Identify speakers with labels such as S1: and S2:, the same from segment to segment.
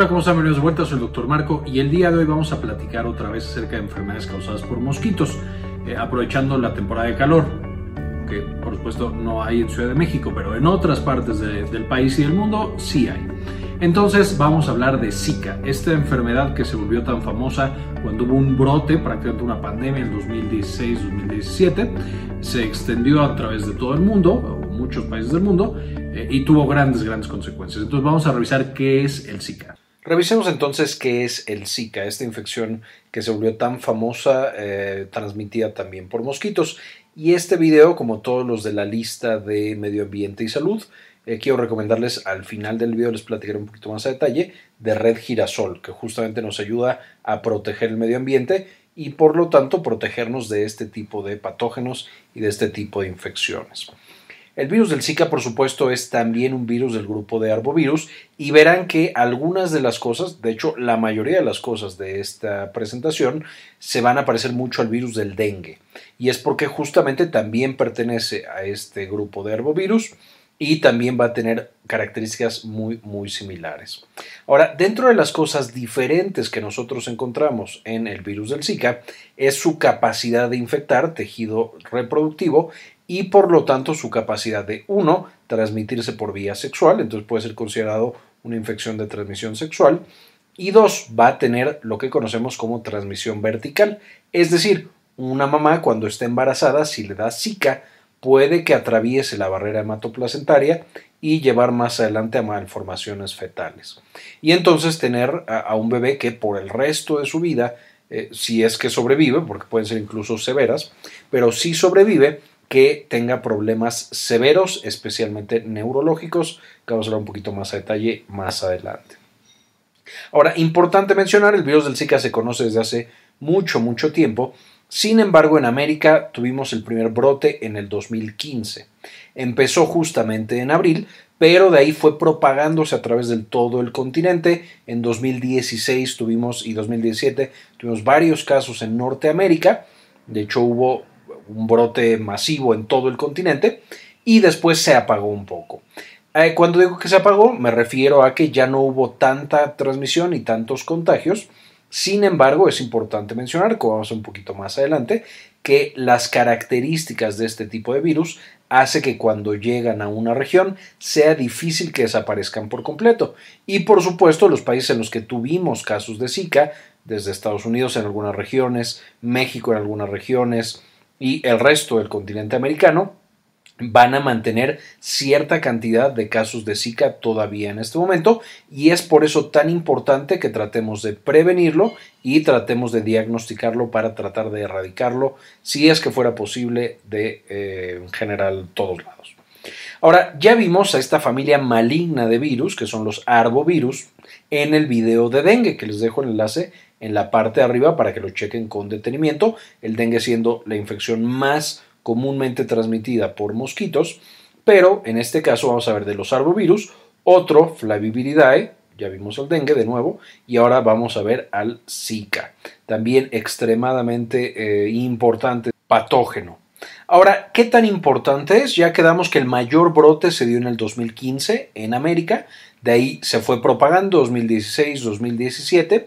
S1: Hola, ¿cómo están? Bienvenidos de vuelta, soy el Dr. Marco y el día de hoy vamos a platicar otra vez acerca de enfermedades causadas por mosquitos, aprovechando la temporada de calor, que por supuesto no hay en Ciudad de México, pero en otras partes del país y del mundo sí hay. Entonces vamos a hablar de Zika, esta enfermedad que se volvió tan famosa cuando hubo un brote, prácticamente una pandemia en 2016-2017, se extendió a través de todo el mundo, o muchos países del mundo, y tuvo grandes consecuencias. Entonces vamos a revisar qué es el Zika. Revisemos entonces qué es el Zika, esta infección que se volvió tan famosa, transmitida también por mosquitos. Y este video, como todos los de la lista de medio ambiente y salud, quiero recomendarles al final del video, les platicaré un poquito más a detalle de Red Girasol, que justamente nos ayuda a proteger el medio ambiente y por lo tanto protegernos de este tipo de patógenos y de este tipo de infecciones. El virus del Zika, por supuesto, es también un virus del grupo de arbovirus y verán que algunas de las cosas, de hecho la mayoría de las cosas de esta presentación se van a parecer mucho al virus del dengue y es porque justamente también pertenece a este grupo de arbovirus y también va a tener características muy similares. Ahora, dentro de las cosas diferentes que nosotros encontramos en el virus del Zika es su capacidad de infectar tejido reproductivo y por lo tanto su capacidad de, uno, transmitirse por vía sexual, entonces puede ser considerado una infección de transmisión sexual, y dos, va a tener lo que conocemos como transmisión vertical, es decir, una mamá cuando está embarazada, si le da Zika, puede que atraviese la barrera hematoplacentaria y llevar más adelante a malformaciones fetales. Y entonces tener a un bebé que por el resto de su vida, si es que sobrevive, porque pueden ser incluso severas, pero si sobrevive, que tenga problemas severos, especialmente neurológicos, que vamos a hablar un poquito más a detalle más adelante. Ahora, importante mencionar, el virus del Zika se conoce desde hace mucho tiempo. Sin embargo, en América tuvimos el primer brote en el 2015. Empezó justamente en abril, pero de ahí fue propagándose a través de todo el continente. En 2016 y 2017 tuvimos varios casos en Norteamérica. De hecho, hubo un brote masivo en todo el continente y después se apagó un poco. Cuando digo que se apagó, me refiero a que ya no hubo tanta transmisión y tantos contagios. Sin embargo, es importante mencionar, como vamos a ver un poquito más adelante, que las características de este tipo de virus hace que cuando llegan a una región sea difícil que desaparezcan por completo. Y por supuesto, los países en los que tuvimos casos de Zika, desde Estados Unidos en algunas regiones, México en algunas regiones y el resto del continente americano, van a mantener cierta cantidad de casos de Zika todavía en este momento y es por eso tan importante que tratemos de prevenirlo y tratemos de diagnosticarlo para tratar de erradicarlo si es que fuera posible en general todos lados. Ahora, ya vimos a esta familia maligna de virus, que son los arbovirus, en el video de dengue, que les dejo el enlace en la parte de arriba para que lo chequen con detenimiento, el dengue siendo la infección más comúnmente transmitida por mosquitos, pero en este caso vamos a ver de los arbovirus, otro Flaviviridae, ya vimos el dengue de nuevo, y ahora vamos a ver al Zika, también extremadamente importante patógeno. Ahora, ¿qué tan importante es? Ya quedamos que el mayor brote se dio en el 2015 en América, de ahí se fue propagando 2016, 2017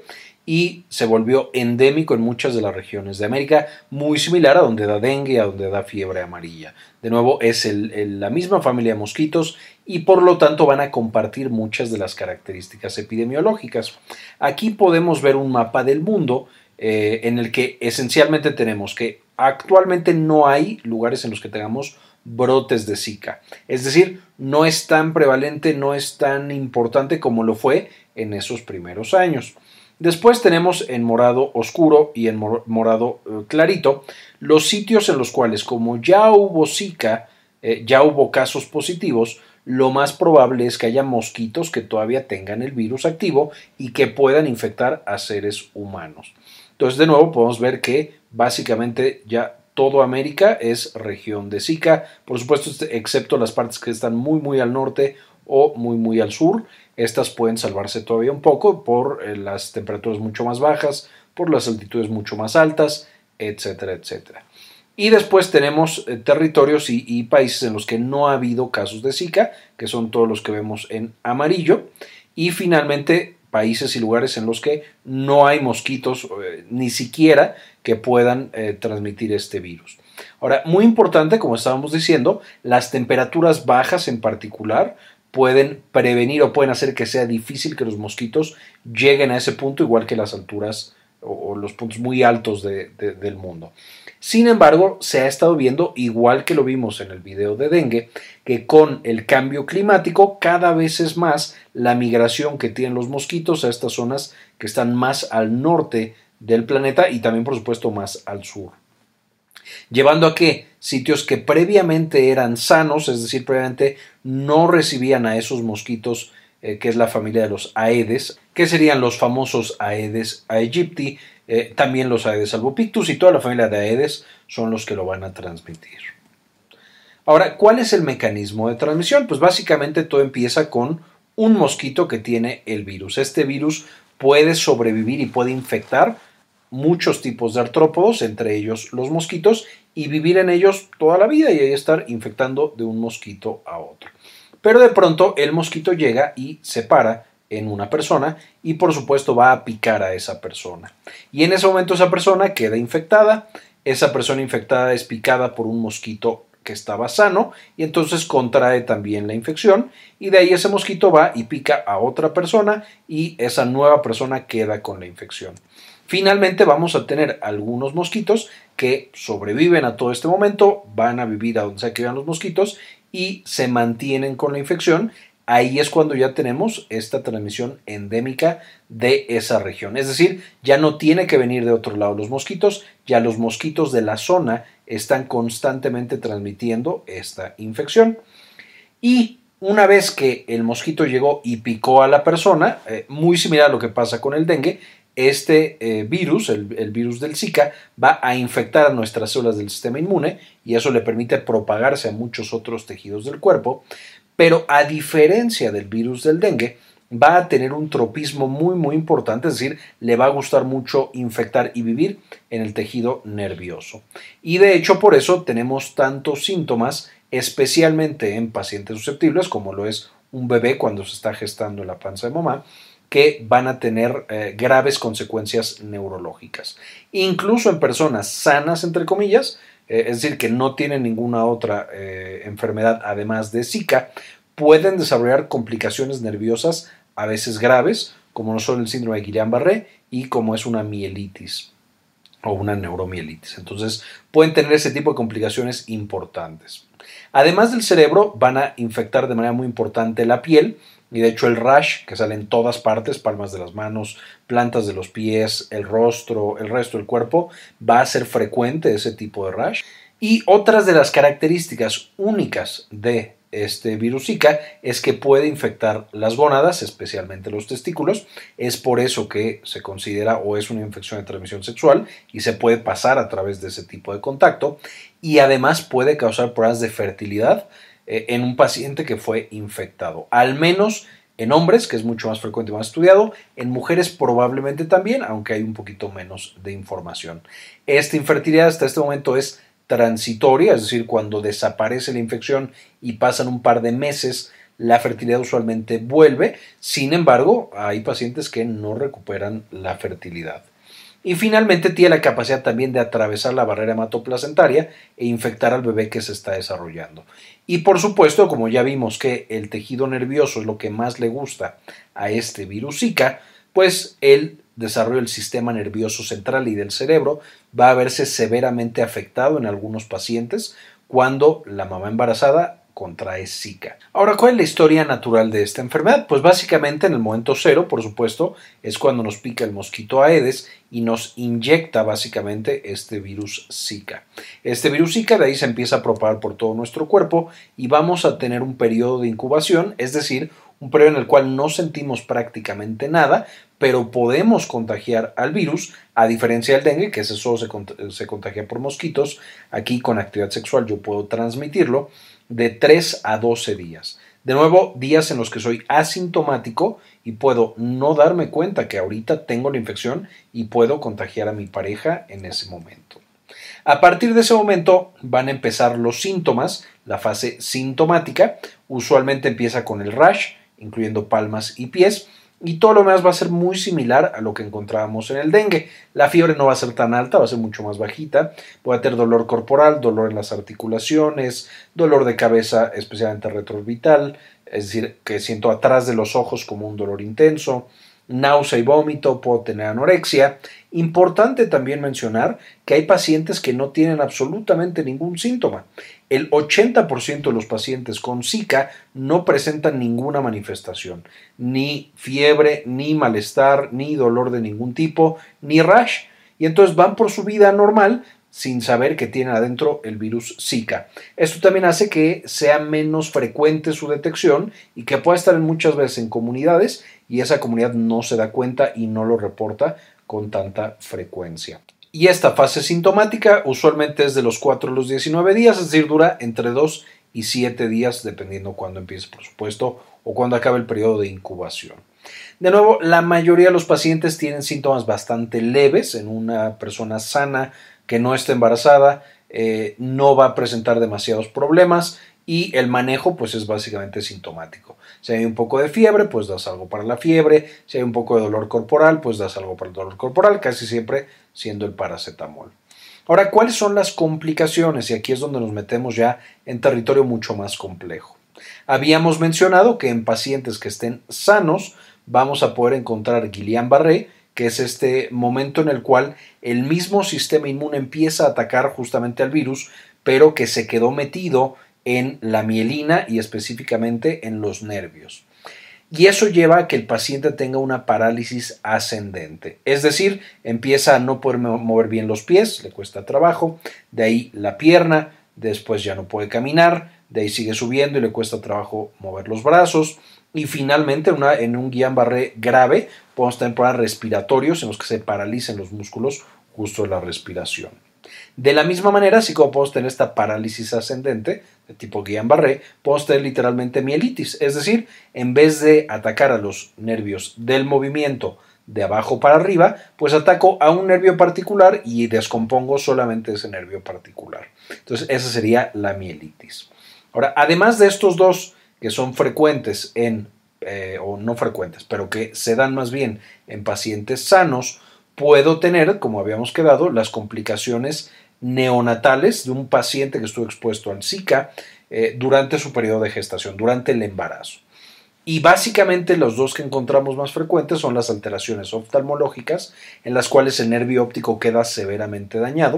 S1: y se volvió endémico en muchas de las regiones de América, muy similar a donde da dengue, a donde da fiebre amarilla. De nuevo, es la misma familia de mosquitos y por lo tanto van a compartir muchas de las características epidemiológicas. Aquí podemos ver un mapa del mundo en el que esencialmente tenemos que actualmente no hay lugares en los que tengamos brotes de Zika. Es decir, no es tan prevalente, no es tan importante como lo fue en esos primeros años. Después tenemos en morado oscuro y en morado clarito los sitios en los cuales, como ya hubo Zika, ya hubo casos positivos, lo más probable es que haya mosquitos que todavía tengan el virus activo y que puedan infectar a seres humanos. Entonces, de nuevo, podemos ver que básicamente ya todo América es región de Zika, por supuesto, excepto las partes que están muy al norte o muy al sur. Estas pueden salvarse todavía un poco por las temperaturas mucho más bajas, por las altitudes mucho más altas, etcétera. Y después tenemos territorios y países en los que no ha habido casos de Zika, que son todos los que vemos en amarillo. Y finalmente países y lugares en los que no hay mosquitos ni siquiera que puedan transmitir este virus. Ahora, muy importante, como estábamos diciendo, las temperaturas bajas en particular pueden prevenir o pueden hacer que sea difícil que los mosquitos lleguen a ese punto, igual que las alturas o los puntos muy altos del mundo. Sin embargo, se ha estado viendo, igual que lo vimos en el video de dengue, que con el cambio climático cada vez es más la migración que tienen los mosquitos a estas zonas que están más al norte del planeta y también, por supuesto, más al sur. Llevando a que sitios que previamente eran sanos, es decir, previamente no recibían a esos mosquitos, que es la familia de los Aedes, que serían los famosos Aedes aegypti, también los Aedes albopictus y toda la familia de Aedes son los que lo van a transmitir. Ahora, ¿cuál es el mecanismo de transmisión? Pues básicamente todo empieza con un mosquito que tiene el virus. Este virus puede sobrevivir y puede infectar muchos tipos de artrópodos, entre ellos los mosquitos, y vivir en ellos toda la vida y ahí estar infectando de un mosquito a otro. Pero de pronto el mosquito llega y se para en una persona y por supuesto va a picar a esa persona. Y en ese momento esa persona queda infectada, esa persona infectada es picada por un mosquito que estaba sano y entonces contrae también la infección y de ahí ese mosquito va y pica a otra persona y esa nueva persona queda con la infección. Finalmente vamos a tener algunos mosquitos que sobreviven a todo este momento, van a vivir a donde sea que vivan los mosquitos y se mantienen con la infección. Ahí es cuando ya tenemos esta transmisión endémica de esa región. Es decir, ya no tiene que venir de otro lado los mosquitos, ya los mosquitos de la zona están constantemente transmitiendo esta infección. Y una vez que el mosquito llegó y picó a la persona, muy similar a lo que pasa con el dengue, este virus, el virus del Zika, va a infectar a nuestras células del sistema inmune y eso le permite propagarse a muchos otros tejidos del cuerpo, pero a diferencia del virus del dengue, va a tener un tropismo muy importante, es decir, le va a gustar mucho infectar y vivir en el tejido nervioso. Y de hecho por eso tenemos tantos síntomas, especialmente en pacientes susceptibles, como lo es un bebé cuando se está gestando en la panza de mamá, que van a tener graves consecuencias neurológicas. Incluso en personas sanas, entre comillas, es decir, que no tienen ninguna otra enfermedad además de Zika, pueden desarrollar complicaciones nerviosas a veces graves, como no son el síndrome de Guillain-Barré y como es una mielitis o una neuromielitis. Entonces pueden tener ese tipo de complicaciones importantes. Además del cerebro, van a infectar de manera muy importante la piel, y de hecho el rash, que sale en todas partes, palmas de las manos, plantas de los pies, el rostro, el resto del cuerpo, va a ser frecuente ese tipo de rash. Y otras de las características únicas de este virus Zika es que puede infectar las gónadas, especialmente los testículos. Es por eso que se considera o es una infección de transmisión sexual y se puede pasar a través de ese tipo de contacto. Y además puede causar problemas de fertilidad en un paciente que fue infectado, al menos en hombres, que es mucho más frecuente y más estudiado, en mujeres probablemente también, aunque hay un poquito menos de información. Esta infertilidad hasta este momento es transitoria, es decir, cuando desaparece la infección y pasan un par de meses, la fertilidad usualmente vuelve. Sin embargo, hay pacientes que no recuperan la fertilidad. Y finalmente tiene la capacidad también de atravesar la barrera hematoplacentaria e infectar al bebé que se está desarrollando. Y por supuesto, como ya vimos que el tejido nervioso es lo que más le gusta a este virus Zika, pues el desarrollo del sistema nervioso central y del cerebro va a verse severamente afectado en algunos pacientes cuando la mamá embarazada contrae Zika. Ahora, ¿cuál es la historia natural de esta enfermedad? Pues básicamente en el momento cero, por supuesto, es cuando nos pica el mosquito Aedes y nos inyecta básicamente este virus Zika. Este virus Zika de ahí se empieza a propagar por todo nuestro cuerpo y vamos a tener un periodo de incubación, es decir, un periodo en el cual no sentimos prácticamente nada, pero podemos contagiar al virus, a diferencia del dengue, que ese solo se contagia por mosquitos. Aquí con actividad sexual yo puedo transmitirlo de 3 a 12 días. De nuevo, días en los que soy asintomático y puedo no darme cuenta que ahorita tengo la infección y puedo contagiar a mi pareja en ese momento. A partir de ese momento van a empezar los síntomas, la fase sintomática. Usualmente empieza con el rash, incluyendo palmas y pies,
S2: y todo lo demás va a ser muy similar a lo que encontrábamos en el dengue. La fiebre no va a ser tan alta, va a ser mucho más bajita. Puede tener dolor corporal, dolor en las articulaciones, dolor de cabeza, especialmente retroorbital, es decir, que siento atrás de los ojos como un dolor intenso, náusea y vómito, puedo tener anorexia. Importante también mencionar que hay pacientes que no tienen absolutamente ningún síntoma. El 80% de los pacientes con Zika no presentan ninguna manifestación, ni fiebre, ni malestar, ni dolor de ningún tipo, ni rash. Y entonces van por su vida normal sin saber que tienen adentro el virus Zika. Esto también hace que sea menos frecuente su detección y que pueda estar muchas veces en comunidades y esa comunidad no se da cuenta y no lo reporta con tanta frecuencia. Y esta fase sintomática usualmente es de los 4 a los 19 días, es decir, dura entre 2 y 7 días, dependiendo cuándo empiece, por supuesto, o cuándo acabe el periodo de incubación. De nuevo, la mayoría de los pacientes tienen síntomas bastante leves. En una persona sana que no esté embarazada no va a presentar demasiados problemas y el manejo pues es básicamente sintomático. Si hay un poco de fiebre, pues das algo para la fiebre. Si hay un poco de dolor corporal, pues das algo para el dolor corporal, casi siempre siendo el paracetamol. Ahora, ¿cuáles son las complicaciones? Y aquí es donde nos metemos ya en territorio mucho más complejo. Habíamos mencionado que en pacientes que estén sanos vamos a poder encontrar Guillain-Barré, que es este momento en el cual el mismo sistema inmune empieza a atacar justamente al virus, pero que se quedó metido en la mielina y específicamente en los nervios. Y eso lleva a que el paciente tenga una parálisis ascendente, es decir, empieza a no poder mover bien los pies, le cuesta trabajo, de ahí la pierna, después ya no puede caminar, de ahí sigue subiendo y le cuesta trabajo mover los brazos, y finalmente en un Guillain-Barré grave podemos tener problemas respiratorios en los que se paralicen los músculos justo de la respiración. De la misma manera, así como podemos tener esta parálisis ascendente de tipo Guillain-Barré, podemos tener literalmente mielitis, es decir, en vez de atacar a los nervios del movimiento de abajo para arriba, pues ataco a un nervio particular y descompongo solamente ese nervio particular. Entonces, esa sería la mielitis. Ahora, además de estos dos que son frecuentes o no frecuentes, pero que se dan más bien en pacientes sanos, puedo tener, como habíamos quedado, las complicaciones neonatales de un paciente que estuvo expuesto al Zika durante su periodo de gestación, durante el embarazo. Y básicamente los dos que encontramos más frecuentes son las alteraciones oftalmológicas, en las cuales el nervio óptico queda severamente dañado,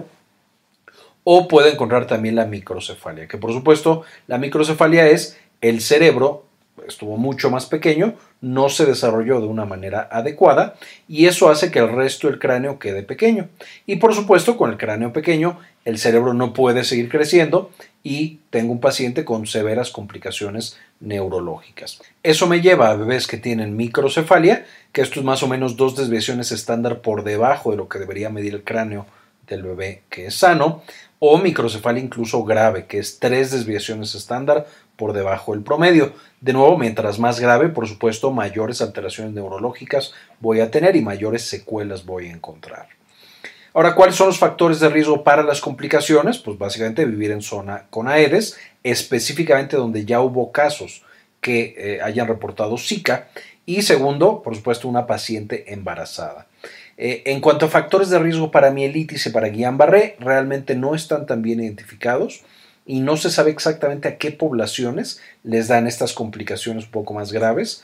S2: o puede encontrar también la microcefalia, que por supuesto la microcefalia es el cerebro estuvo mucho más pequeño, no se desarrolló de una manera adecuada y eso hace que el resto del cráneo quede pequeño. Y por supuesto, con el cráneo pequeño, el cerebro no puede seguir creciendo y tengo un paciente con severas complicaciones neurológicas. Eso me lleva a bebés que tienen microcefalia, que esto es más o menos 2 desviaciones estándar por debajo de lo que debería medir el cráneo del bebé que es sano, o microcefalia incluso grave, que es 3 desviaciones estándar por debajo del promedio. De nuevo, mientras más grave, por supuesto, mayores alteraciones neurológicas voy a tener y mayores secuelas voy a encontrar. Ahora, ¿cuáles son los factores de riesgo para las complicaciones? Pues básicamente vivir en zona con Aedes, específicamente donde ya hubo casos que hayan reportado Zika, y segundo, por supuesto, una paciente embarazada. En cuanto a factores de riesgo para mielitis y para Guillain-Barré, realmente no están tan bien identificados y no se sabe exactamente a qué poblaciones les dan estas complicaciones un poco más graves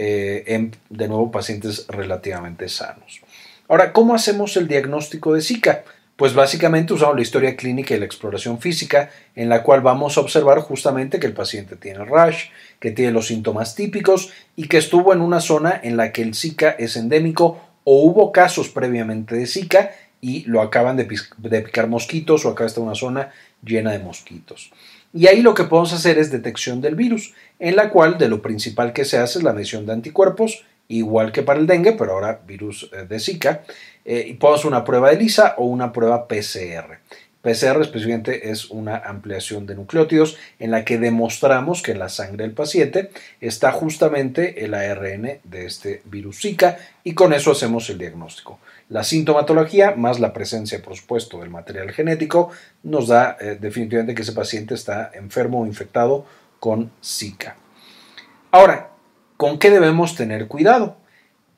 S2: en, de nuevo, pacientes relativamente sanos. Ahora, ¿cómo hacemos el diagnóstico de Zika? Pues básicamente usamos la historia clínica y la exploración física, en la cual vamos a observar justamente que el paciente tiene rash, que tiene los síntomas típicos y que estuvo en una zona en la que el Zika es endémico o hubo casos previamente de Zika y lo acaban de picar mosquitos o acá está una zona llena de mosquitos. Y ahí lo que podemos hacer es detección del virus, en la cual de lo principal que se hace es la medición de anticuerpos, igual que para el dengue, pero ahora virus de Zika, y podemos hacer una prueba de ELISA o una prueba PCR. PCR específicamente es una ampliación de nucleótidos en la que demostramos que en la sangre del paciente está justamente el ARN de este virus Zika y con eso hacemos el diagnóstico. La sintomatología más la presencia, por supuesto, del material genético nos da definitivamente que ese paciente está enfermo o infectado con Zika. Ahora, ¿con qué debemos tener cuidado?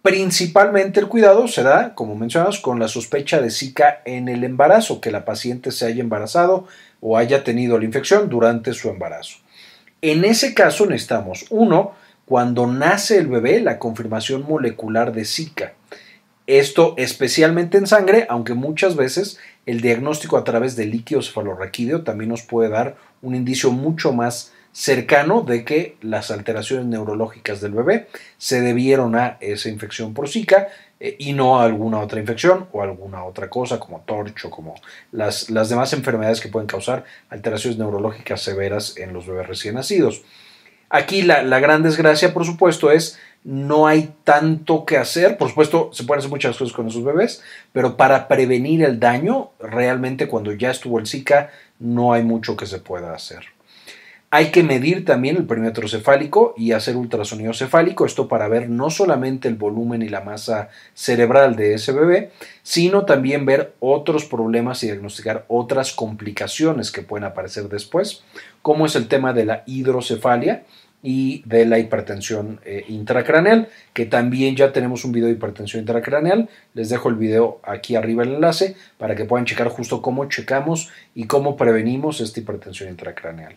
S2: Principalmente el cuidado se da, como mencionamos, con la sospecha de Zika en el embarazo, que la paciente se haya embarazado o haya tenido la infección durante su embarazo. En ese caso necesitamos, uno, cuando nace el bebé, la confirmación molecular de Zika. Esto especialmente en sangre, aunque muchas veces el diagnóstico a través del líquido cefalorraquídeo también nos puede dar un indicio mucho más cercano de que las alteraciones neurológicas del bebé se debieron a esa infección por Zika y no a alguna otra infección o alguna otra cosa como torcho, como las demás enfermedades que pueden causar alteraciones neurológicas severas en los bebés recién nacidos. Aquí la gran desgracia, por supuesto, es no hay tanto que hacer. Por supuesto, se pueden hacer muchas cosas con esos bebés, pero para prevenir el daño, realmente cuando ya estuvo el Zika, no hay mucho que se pueda hacer. Hay que medir también el perímetro cefálico y hacer ultrasonido cefálico, esto para ver no solamente el volumen y la masa cerebral de ese bebé, sino también ver otros problemas y diagnosticar otras complicaciones que pueden aparecer después, como es el tema de la hidrocefalia y de la hipertensión intracraneal, que también ya tenemos un video de hipertensión intracraneal. Les dejo el video aquí arriba el enlace para que puedan checar justo cómo checamos y cómo prevenimos esta hipertensión intracraneal.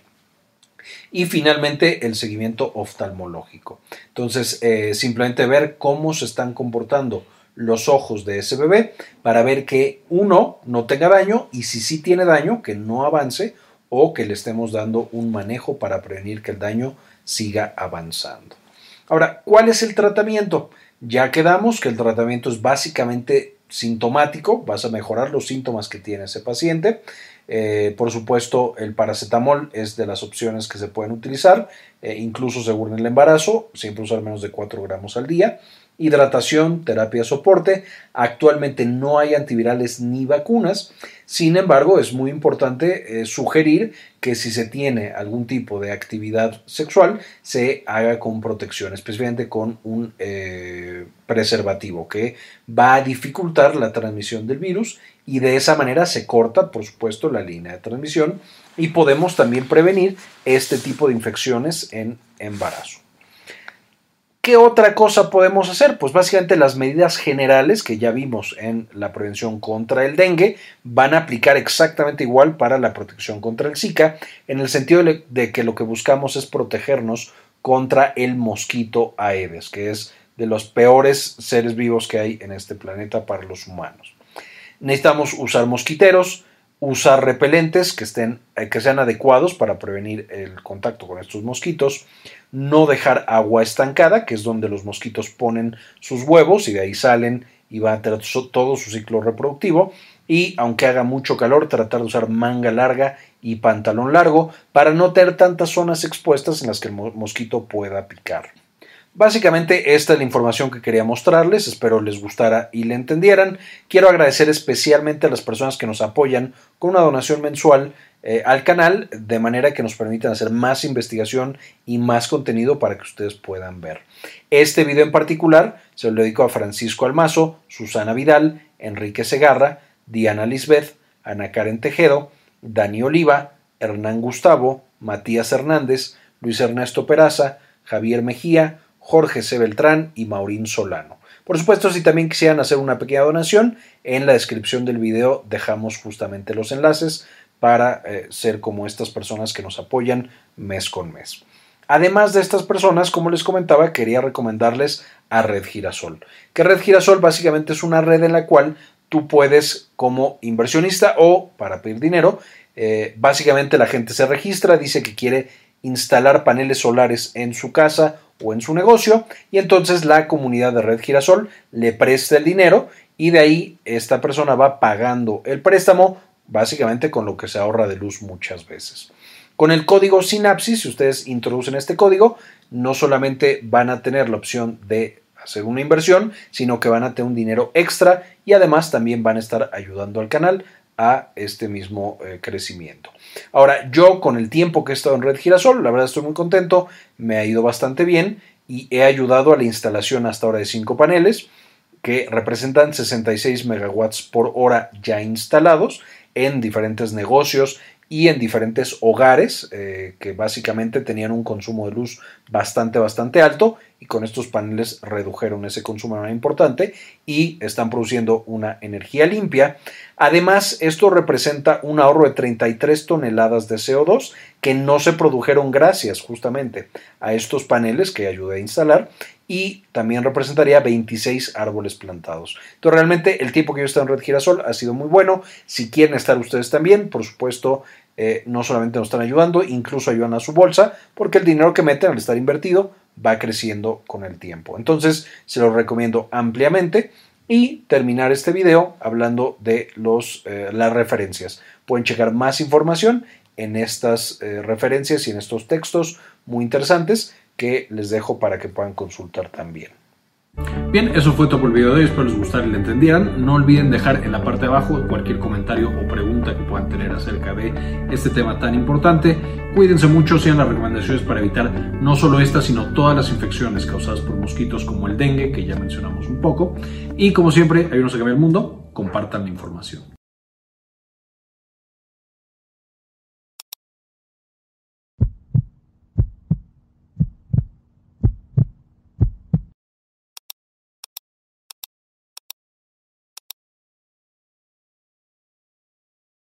S2: Y finalmente el seguimiento oftalmológico. Entonces simplemente ver cómo se están comportando los ojos de ese bebé para ver que uno no tenga daño y si sí tiene daño que no avance o que le estemos dando un manejo para prevenir que el daño siga avanzando. Ahora, ¿cuál es el tratamiento? Ya quedamos que el tratamiento es básicamente sintomático, vas a mejorar los síntomas que tiene ese paciente. Por supuesto, el paracetamol es de las opciones que se pueden utilizar, incluso según el embarazo, siempre usar menos de 4 gramos al día. Hidratación, terapia de soporte. Actualmente no hay antivirales ni vacunas. Sin embargo, es muy importante sugerir que si se tiene algún tipo de actividad sexual, se haga con protección, especialmente con un preservativo que va a dificultar la transmisión del virus y de esa manera se corta, por supuesto, la línea de transmisión y podemos también prevenir este tipo de infecciones en embarazo. ¿Qué otra cosa podemos hacer? Pues básicamente las medidas generales que ya vimos en la prevención contra el dengue van a aplicar exactamente igual para la protección contra el Zika, en el sentido de que lo que buscamos es protegernos contra el mosquito Aedes, que es de los peores seres vivos que hay en este planeta para los humanos. Necesitamos usar mosquiteros, usar repelentes que sean adecuados para prevenir el contacto con estos mosquitos, no dejar agua estancada, que es donde los mosquitos ponen sus huevos y de ahí salen y van a tener todo su ciclo reproductivo, y aunque haga mucho calor, tratar de usar manga larga y pantalón largo para no tener tantas zonas expuestas en las que el mosquito pueda picar. Básicamente esta es la información que quería mostrarles, espero les gustara y le entendieran. Quiero agradecer especialmente a las personas que nos apoyan con una donación mensual al canal, de manera que nos permitan hacer más investigación y más contenido para que ustedes puedan ver. Este video en particular se lo dedico a Francisco Almazo, Susana Vidal, Enrique Segarra, Diana Lisbeth, Ana Karen Tejedo, Dani Oliva, Hernán Gustavo, Matías Hernández, Luis Ernesto Peraza, Javier Mejía, Jorge C. Beltrán y Maurín Solano. Por supuesto, si también quisieran hacer una pequeña donación, en la descripción del video dejamos justamente los enlaces para ser como estas personas que nos apoyan mes con mes. Además de estas personas, como les comentaba, quería recomendarles a Red Girasol. Que Red Girasol básicamente es una red en la cual tú puedes, como inversionista o para pedir dinero, básicamente la gente se registra, dice que quiere instalar paneles solares en su casa o en su negocio y entonces la comunidad de Red Girasol le presta el dinero y de ahí esta persona va pagando el préstamo básicamente con lo que se ahorra de luz muchas veces. Con el código Sinapsis, si ustedes introducen este código, no solamente van a tener la opción de hacer una inversión, sino que van a tener un dinero extra y además también van a estar ayudando al canal a este mismo crecimiento. Ahora, yo con el tiempo que he estado en Red Girasol, la verdad estoy muy contento, me ha ido bastante bien y he ayudado a la instalación hasta ahora de 5 paneles que representan 66 megawatts por hora ya instalados en diferentes negocios y en diferentes hogares que básicamente tenían un consumo de luz bastante alto y con estos paneles redujeron ese consumo de manera importante y están produciendo una energía limpia. Además, esto representa un ahorro de 33 toneladas de CO2 que no se produjeron gracias justamente a estos paneles que ayudé a instalar, y también representaría 26 árboles plantados. Entonces, realmente el tiempo que yo he estado en Red Girasol ha sido muy bueno. Si quieren estar ustedes también, por supuesto, no solamente nos están ayudando, incluso ayudan a su bolsa, porque el dinero que meten al estar invertido va creciendo con el tiempo. Entonces, se los recomiendo ampliamente. Y terminar este video hablando de las referencias. Pueden checar más información en estas referencias y en estos textos muy interesantes que les dejo para que puedan consultar también.
S1: Bien, eso fue todo por el video de hoy, espero les gustara y le entendieran. No olviden dejar en la parte de abajo cualquier comentario o pregunta que puedan tener acerca de este tema tan importante. Cuídense mucho, sigan las recomendaciones para evitar no solo esta, sino todas las infecciones causadas por mosquitos como el dengue, que ya mencionamos un poco. Y como siempre, ayúdenos a cambiar el mundo, compartan la información.